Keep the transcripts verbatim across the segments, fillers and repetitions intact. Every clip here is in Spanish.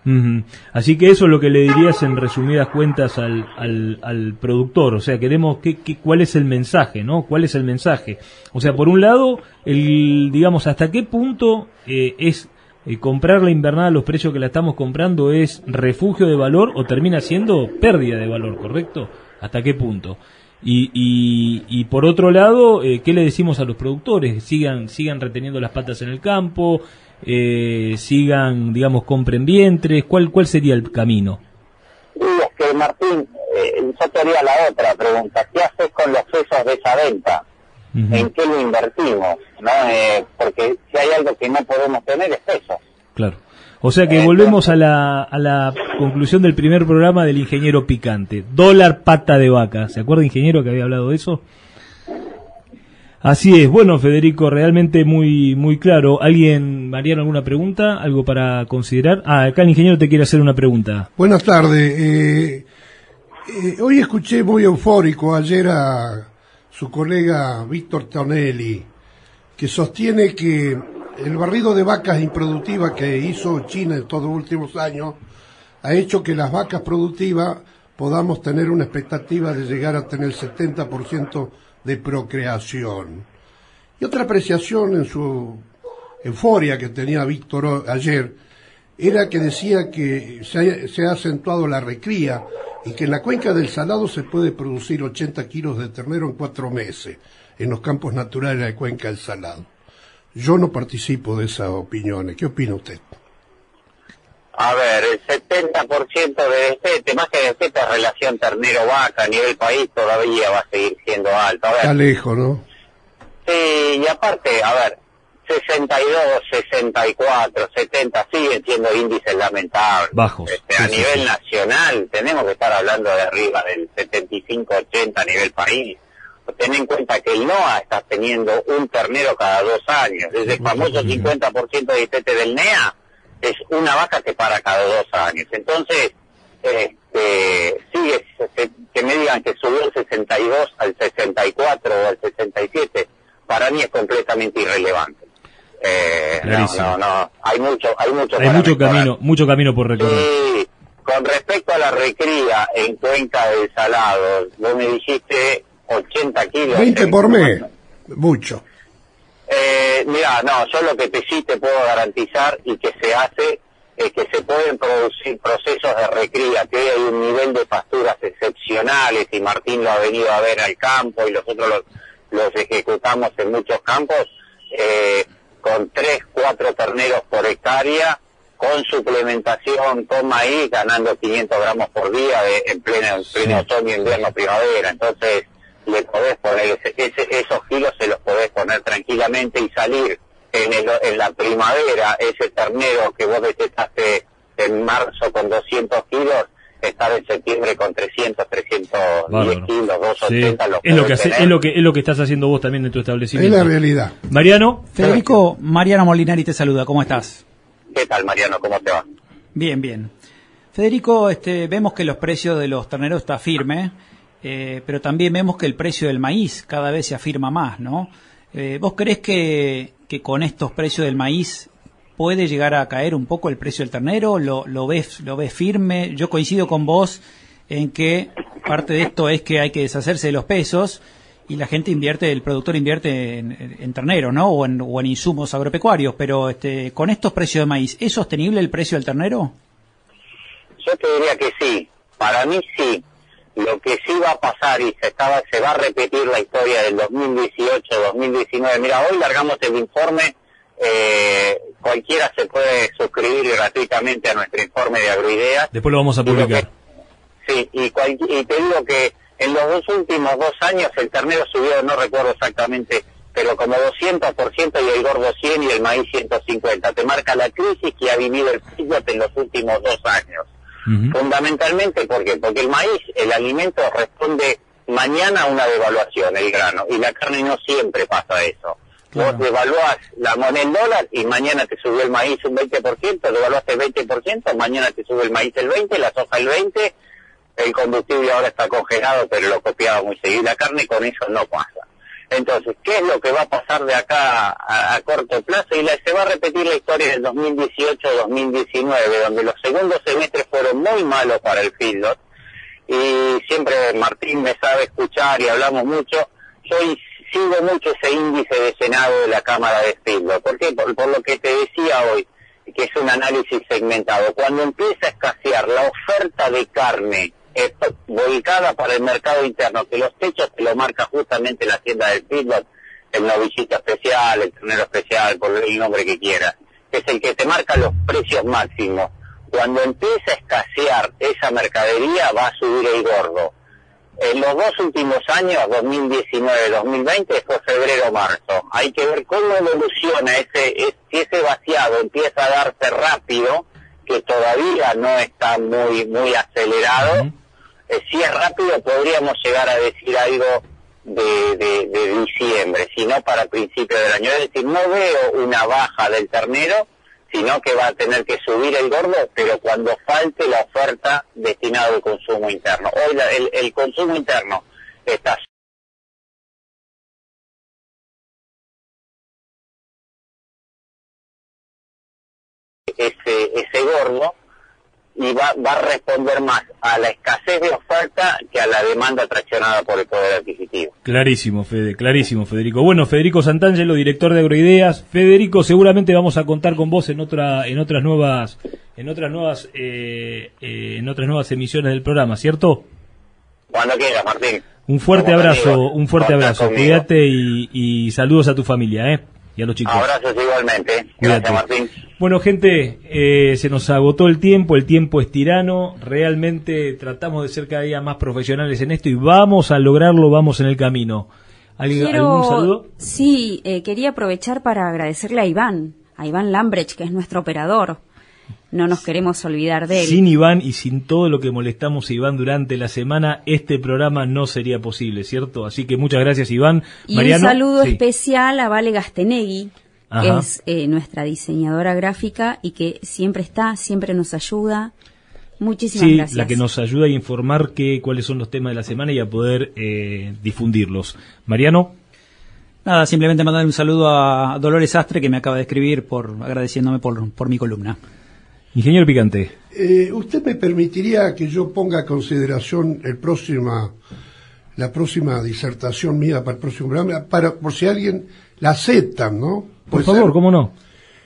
Uh-huh. Así que eso es lo que le dirías en resumidas cuentas al, al, al productor, o sea, queremos que, que, cuál es el mensaje, ¿no? ¿Cuál es el mensaje? O sea, por un lado, el, digamos, hasta qué punto eh, es eh, comprar la invernada a los precios que la estamos comprando es refugio de valor o termina siendo pérdida de valor, ¿correcto? ¿Hasta qué punto? Y, y, y por otro lado, eh, ¿qué le decimos a los productores? Sigan, sigan reteniendo las patas en el campo, eh, sigan, digamos, compren vientres. ¿Cuál, cuál sería el camino? Sí, es que Martín, eh, yo te haría la otra pregunta. ¿Qué haces con los pesos de esa venta? Uh-huh. ¿En qué lo invertimos? ¿No? Eh, porque si hay algo que no podemos tener es pesos. Claro. O sea que volvemos a la, a la conclusión del primer programa del ingeniero picante. Dólar pata de vaca. ¿Se acuerda, ingeniero, que había hablado de eso? Así es. Bueno, Federico, realmente muy muy claro. ¿Alguien, Mariano, alguna pregunta? ¿Algo para considerar? Ah, acá el ingeniero te quiere hacer una pregunta. Buenas tardes. Eh, eh, hoy escuché muy eufórico ayer a su colega Víctor Tonelli, que sostiene que el barrido de vacas improductivas que hizo China en estos últimos años ha hecho que las vacas productivas podamos tener una expectativa de llegar a tener setenta por ciento de procreación. Y otra apreciación en su euforia que tenía Víctor ayer era que decía que se ha, se ha acentuado la recría y que en la cuenca del Salado se puede producir ochenta kilos de ternero en cuatro meses en los campos naturales de la cuenca del Salado. Yo no participo de esas opiniones. ¿Qué opina usted? A ver, el setenta por ciento de este, más que de esta relación ternero-vaca a nivel país todavía va a seguir siendo alto. A ver, está lejos, ¿no? Sí, y aparte, a ver, sesenta y dos, sesenta y cuatro, setenta siguen siendo índices lamentables. Bajos. Este, sí, a sí, nivel sí. nacional tenemos que estar hablando de arriba del setenta y cinco, ochenta a nivel país. Ten en cuenta que el N O A está teniendo un ternero cada dos años. Desde el famoso cincuenta por ciento de destete del N E A es una vaca que para cada dos años. Entonces, este, sí, es, que me digan que subió el sesenta y dos al sesenta y cuatro o al sesenta y siete, para mí es completamente irrelevante. Eh, no, no, no, hay mucho, hay mucho, hay mucho camino, mucho camino por recorrer. Sí, con respecto a la recría en Cuenca del Salado, vos me dijiste ochenta kilos. veinte por mes, mucho. Eh, mira, no, yo lo que te, sí te puedo garantizar y que se hace es que se pueden producir procesos de recría, que hoy hay un nivel de pasturas excepcionales y Martín lo ha venido a ver al campo y nosotros los, los ejecutamos en muchos campos, eh, con tres, cuatro terneros por hectárea, con suplementación, con maíz, ganando quinientos gramos por día de, en pleno, en pleno sí. otoño, invierno, primavera. Entonces le podés poner ese, ese, esos kilos se los podés poner tranquilamente y salir en, el, en la primavera, ese ternero que vos detectaste en marzo con doscientos kilos, estar en septiembre con trescientos, trescientos diez Bárbaro. Kilos, doscientos ochenta, sí. lo es lo que hace, es lo que es lo que estás haciendo vos también en tu establecimiento. Es la realidad. Mariano. Federico, Mariano Molinari te saluda, ¿cómo estás? ¿Qué tal, Mariano? ¿Cómo te va? Bien, bien. Federico, este, vemos que los precios de los terneros está firme, eh, pero también vemos que el precio del maíz cada vez se afirma más, ¿no? Eh, ¿Vos creés que, que con estos precios del maíz puede llegar a caer un poco el precio del ternero? ¿Lo, lo ves, lo ves firme? Yo coincido con vos en que parte de esto es que hay que deshacerse de los pesos y la gente invierte, el productor invierte en, en, en ternero, ¿no? O en, o en insumos agropecuarios, pero este, con estos precios de maíz, ¿es sostenible el precio del ternero? Yo te diría que sí, para mí sí. Lo que sí va a pasar y se estaba, se va a repetir la historia del dos mil dieciocho, dos mil diecinueve. Mira, hoy largamos el informe, eh, cualquiera se puede suscribir gratuitamente a nuestro informe de Agroideas. Después lo vamos a publicar. Que, sí, y, cual, y te digo que en los dos últimos dos años el ternero subió, no recuerdo exactamente, pero como doscientos por ciento y el gordo cien y el maíz ciento cincuenta. Te marca la crisis que ha vivido el pillote en los últimos dos años. Uh-huh. Fundamentalmente, ¿por qué? Porque el maíz, el alimento, responde mañana a una devaluación, el grano, y la carne no siempre pasa eso. Claro. Vos devaluás la moneda en dólar y mañana te subió el maíz un veinte por ciento, devaluaste el veinte por ciento, mañana te sube el maíz el veinte por ciento, la soja el veinte por ciento, el combustible ahora está congelado, pero lo copiaba muy seguido. La carne con eso no pasa. Entonces, ¿qué es lo que va a pasar de acá a, a corto plazo? Y la, se va a repetir la historia del dos mil dieciocho dos mil diecinueve, donde los segundos semestres fueron muy malos para el feedlot, y siempre Martín me sabe escuchar y hablamos mucho. Yo sigo mucho ese índice de Senado de la Cámara de Feedlot. ¿Por qué? Por, por lo que te decía hoy, que es un análisis segmentado. Cuando empieza a escasear la oferta de carne eh, volcada para el mercado interno, que los techos te lo marca justamente la tienda del feedlot, el novillito especial, el ternero especial, por el nombre que quieras, que es el que te marca los precios máximos. Cuando empieza a escasear esa mercadería, va a subir el gordo. En los dos últimos años, dos mil diecinueve dos mil veinte, fue febrero-marzo. Hay que ver cómo evoluciona ese, es, si ese vaciado empieza a darse rápido, que todavía no está muy muy acelerado. Uh-huh. Eh, si es rápido, podríamos llegar a decir algo de, de, de diciembre, sino para principios del año. Es decir, no veo una baja del ternero, sino que va a tener que subir el gordo, pero cuando falte la oferta destinada al consumo interno. Hoy la, el, el consumo interno está ese, ese gordo, y va, va a responder más a la escasez de oferta que a la demanda traccionada por el poder adquisitivo. Clarísimo, Fede, clarísimo, Federico. Bueno, Federico Santangelo, director de Agroideas. Federico, seguramente vamos a contar con vos en otra, en otras nuevas, en otras nuevas, eh, eh, en otras nuevas emisiones del programa, ¿cierto? Cuando quieras, Martín. Un fuerte Como abrazo, conmigo. un fuerte Contá abrazo. conmigo. Cuídate y, y saludos a tu familia, ¿eh? Y a los chicos. Abrazos igualmente. Cuídate. Gracias, Martín. Bueno, gente, eh, se nos agotó el tiempo, el tiempo es tirano, realmente tratamos de ser cada día más profesionales en esto y vamos a lograrlo, vamos en el camino. ¿Algún, Quiero, ¿algún saludo? Sí, eh, quería aprovechar para agradecerle a Iván, a Iván Lambrecht, que es nuestro operador. No nos queremos olvidar de él. Sin Iván y sin todo lo que molestamos a Iván durante la semana, este programa no sería posible, ¿cierto? Así que muchas gracias, Iván. Y Mariano, un saludo sí. especial a Vale Gastenegui, Ajá. que es eh, nuestra diseñadora gráfica y que siempre está, siempre nos ayuda. Muchísimas Sí, gracias. la que nos ayuda a informar que, cuáles son los temas de la semana y a poder eh, difundirlos. Mariano. Nada, simplemente mandar un saludo a Dolores Astre, que me acaba de escribir por agradeciéndome por, por mi columna. Ingeniero Picante. Eh, ¿Usted me permitiría que yo ponga a consideración el próxima, la próxima disertación mía para el próximo programa, para, por si alguien la aceptan, ¿no? Por Puede favor, ser. ¿cómo no?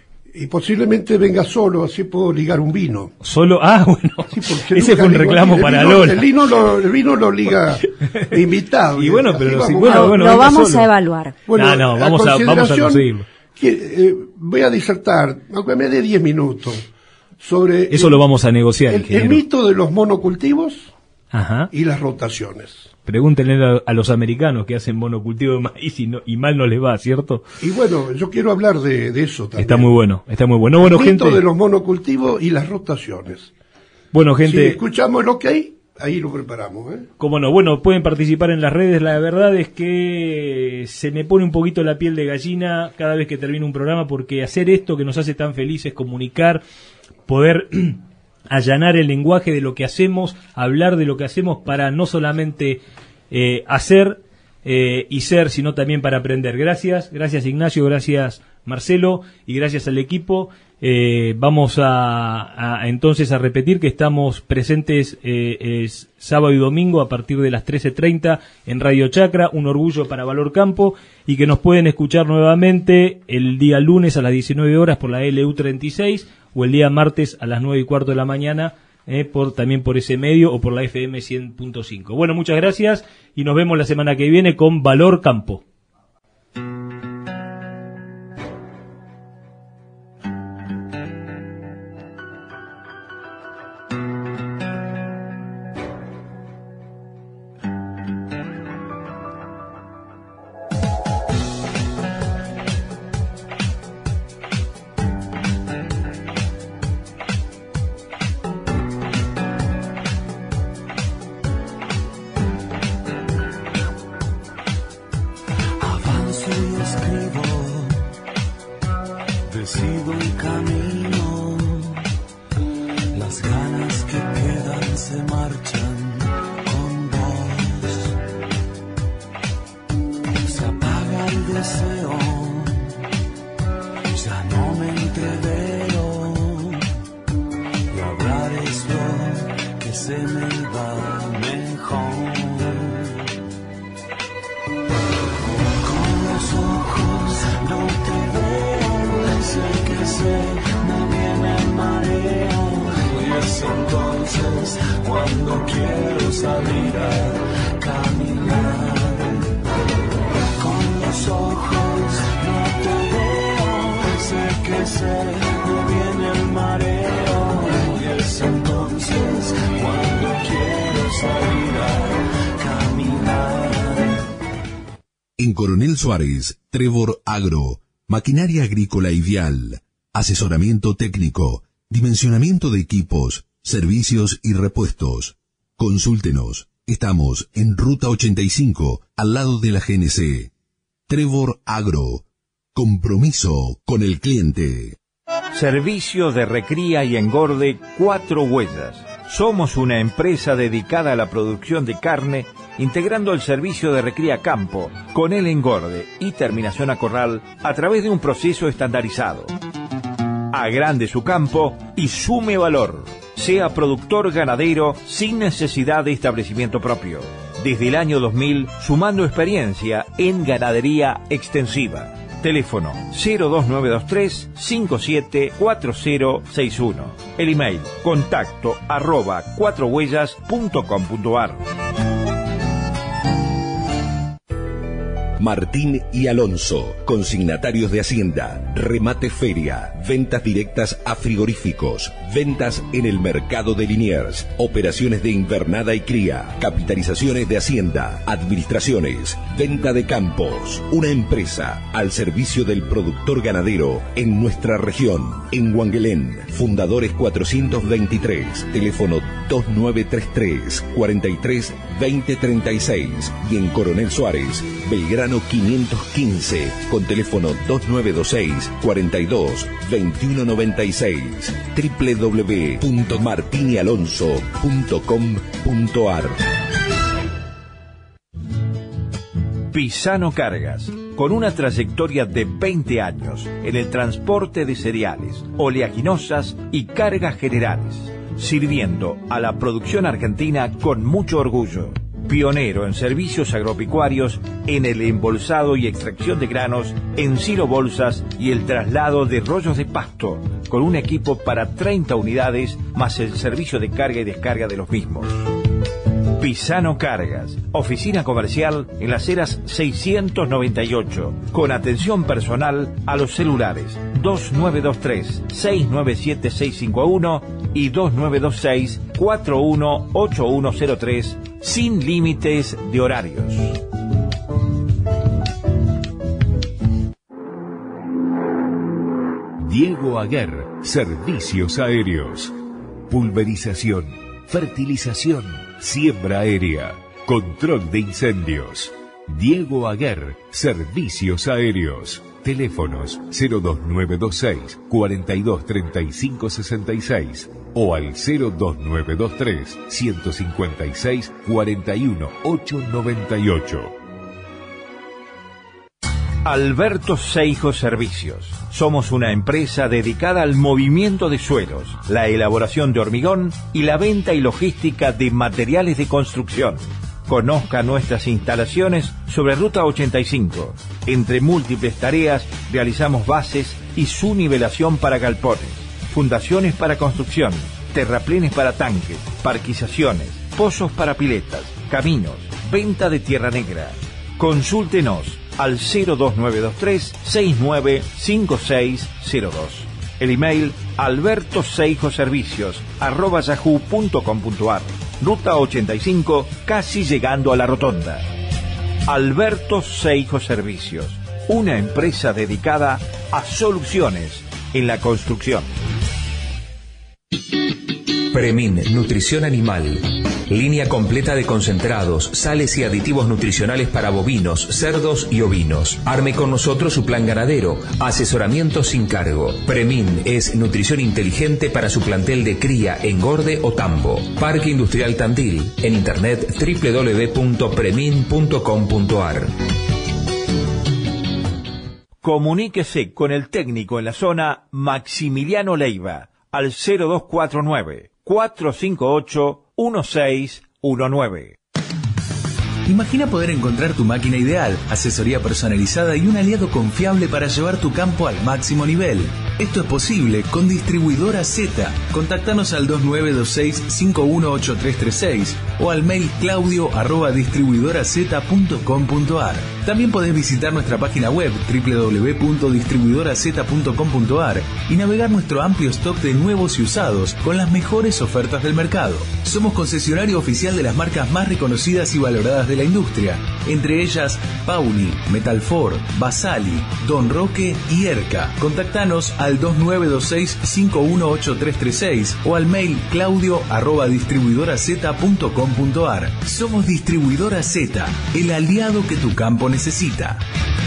Y posiblemente venga solo, así puedo ligar un vino. Solo, ah, bueno, Sí, porque ese nunca fue un ligo reclamo el para vino, Lola. El vino lo, el vino lo liga de invitado. Y bueno, así pero vamos. si- bueno, Lo- bueno, lo venga vamos solo. a evaluar. Bueno, No, no, vamos a- vamos a consideración, conseguirlo. que, eh, voy a disertar, aunque me dé diez minutos, sobre Eso el, lo vamos a negociar, el, el ingeniero. mito de los monocultivos Ajá. y las rotaciones. Pregúntenle a, a los americanos que hacen monocultivo de maíz y, no, y mal no les va, ¿cierto? Y bueno, yo quiero hablar de, de eso también. Está muy bueno, está muy bueno. Bueno, el mito gente. de los monocultivos y las rotaciones. Bueno, Si gente. escuchamos lo que hay, ahí lo preparamos, ¿eh? Cómo no, bueno, pueden participar en las redes. La verdad es que se me pone un poquito la piel de gallina cada vez que termino un programa, porque hacer esto que nos hace tan felices, comunicar, poder allanar el lenguaje de lo que hacemos, hablar de lo que hacemos para no solamente eh, hacer eh, y ser, sino también para aprender. Gracias, gracias Ignacio, gracias Marcelo y gracias al equipo. Eh, vamos a, a entonces a repetir que estamos presentes eh, es sábado y domingo a partir de las trece treinta en Radio Chacra, un orgullo para Valor Campo, y que nos pueden escuchar nuevamente el día lunes a las diecinueve horas por la L U treinta y seis o el día martes a las nueve y cuarto de la mañana eh, por también por ese medio o por la F M cien punto cinco. Bueno, muchas gracias y nos vemos la semana que viene con Valor Campo. se me va mejor. Con los ojos no te veo, sé que se me viene el mareo, y es entonces cuando quiero salir a caminar. Con los ojos no te veo, sé que se me viene el mareo, y es entonces cuando quiero salir a caminar. En Coronel Suárez, Trevor Agro, maquinaria agrícola y vial, asesoramiento técnico, dimensionamiento de equipos, servicios y repuestos. Consúltenos. Estamos en Ruta ochenta y cinco, al lado de la G N C. Trevor Agro. Compromiso con el cliente. Servicio de recría y engorde Cuatro Huellas. Somos una empresa dedicada a la producción de carne, integrando el servicio de recría a campo con el engorde y terminación a corral a través de un proceso estandarizado. Agrande su campo y sume valor. Sea productor ganadero sin necesidad de establecimiento propio. Desde el año dos mil, sumando experiencia en ganadería extensiva. Teléfono cero dos nueve dos tres cinco siete cuatro cero seis uno. El email contacto arroba cuatro huellas punto com punto ar. Martín y Alonso, consignatarios de Hacienda, remate feria, ventas directas a frigoríficos, ventas en el mercado de Liniers, operaciones de invernada y cría, capitalizaciones de Hacienda, administraciones, venta de campos, una empresa al servicio del productor ganadero en nuestra región, en Huanguelén, Fundadores cuatrocientos veintitrés, teléfono dos nueve tres tres, cuarenta y tres, veinte treinta y seis, y en Coronel Suárez, Belgrano quinientos quince, con teléfono dos nueve dos seis, cuarenta y dos, veintiuno noventa y seis, doble u doble u doble u punto martin y alonso punto com punto ar. Pisano Cargas, con una trayectoria de veinte años en el transporte de cereales, oleaginosas y cargas generales, sirviendo a la producción argentina con mucho orgullo. Pionero en servicios agropecuarios, en el embolsado y extracción de granos, en silobolsas y el traslado de rollos de pasto, con un equipo para treinta unidades, más el servicio de carga y descarga de los mismos. Pisano Cargas, oficina comercial en Las Heras seiscientos noventa y ocho, con atención personal a los celulares dos nueve dos tres, seis nueve siete seis cinco uno y dos nueve dos seis, cuatro uno ocho uno cero tres, sin límites de horarios. Diego Aguer, Servicios Aéreos. Pulverización, fertilización, siembra aérea, control de incendios. Diego Aguer, Servicios Aéreos. Teléfonos cero dos nueve dos seis, cuarenta y dos treinta y cinco sesenta y seis o al cero dos nueve dos tres, ciento cincuenta y seis, cuarenta y uno, ochocientos noventa y ocho. Alberto Seijo Servicios. Somos una empresa dedicada al movimiento de suelos, la elaboración de hormigón y la venta y logística de materiales de construcción. Conozca nuestras instalaciones sobre Ruta ochenta y cinco. Entre múltiples tareas realizamos bases y su nivelación para galpones, fundaciones para construcción, terraplenes para tanques, parquizaciones, pozos para piletas, caminos, venta de tierra negra. Consúltenos al cero dos nueve dos tres, seis nueve cinco seis cero dos. El email albertoseijoservicios arroba yahoo punto com punto ar. Ruta ochenta y cinco, casi llegando a la rotonda. Alberto Seijo Servicios, una empresa dedicada a soluciones en la construcción. Premin, nutrición animal. Línea completa de concentrados, sales y aditivos nutricionales para bovinos, cerdos y ovinos. Arme con nosotros su plan ganadero. Asesoramiento sin cargo. Premin es nutrición inteligente para su plantel de cría, engorde o tambo. Parque Industrial Tandil. En internet doble u doble u doble u punto premin punto com punto ar. Comuníquese con el técnico en la zona Maximiliano Leiva al cero dos cuatro nueve, cuatro cinco ocho, uno seis uno nueve. Imagina poder encontrar tu máquina ideal, asesoría personalizada y un aliado confiable para llevar tu campo al máximo nivel. Esto es posible con Distribuidora Z. Contactanos al dos nueve dos seis, cinco uno ocho tres tres seis o al mail claudio arroba distribuidora z punto com punto a r. También podés visitar nuestra página web doble u doble u doble u punto distribuidora z punto com punto a r y navegar nuestro amplio stock de nuevos y usados con las mejores ofertas del mercado. Somos concesionario oficial de las marcas más reconocidas y valoradas de la industria, entre ellas Pauli, Metalfor, Basali, Don Roque y Erca. Contactanos al dos nueve dos seis, cinco uno ocho tres tres seis o al mail claudio arroba distribuidora z punto com punto a r. Somos Distribuidora Z, el aliado que tu campo necesita.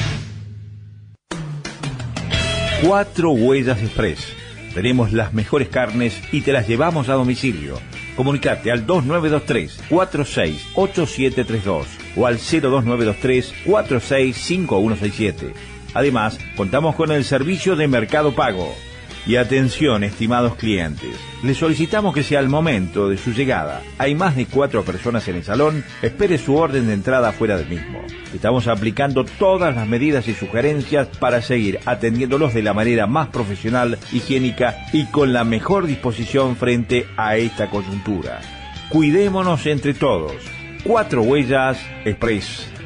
Cuatro Huellas Express. Tenemos las mejores carnes y te las llevamos a domicilio. Comunicate al dos nueve dos tres, cuatro seis ocho siete tres dos o al cero dos nueve dos tres, cuatro seis cinco uno seis siete. Además, contamos con el servicio de Mercado Pago. Y atención, estimados clientes, les solicitamos que sea al momento de su llegada. Hay más de cuatro personas en el salón, espere su orden de entrada fuera del mismo. Estamos aplicando todas las medidas y sugerencias para seguir atendiéndolos de la manera más profesional, higiénica y con la mejor disposición frente a esta coyuntura. Cuidémonos entre todos. Cuatro Huellas Express.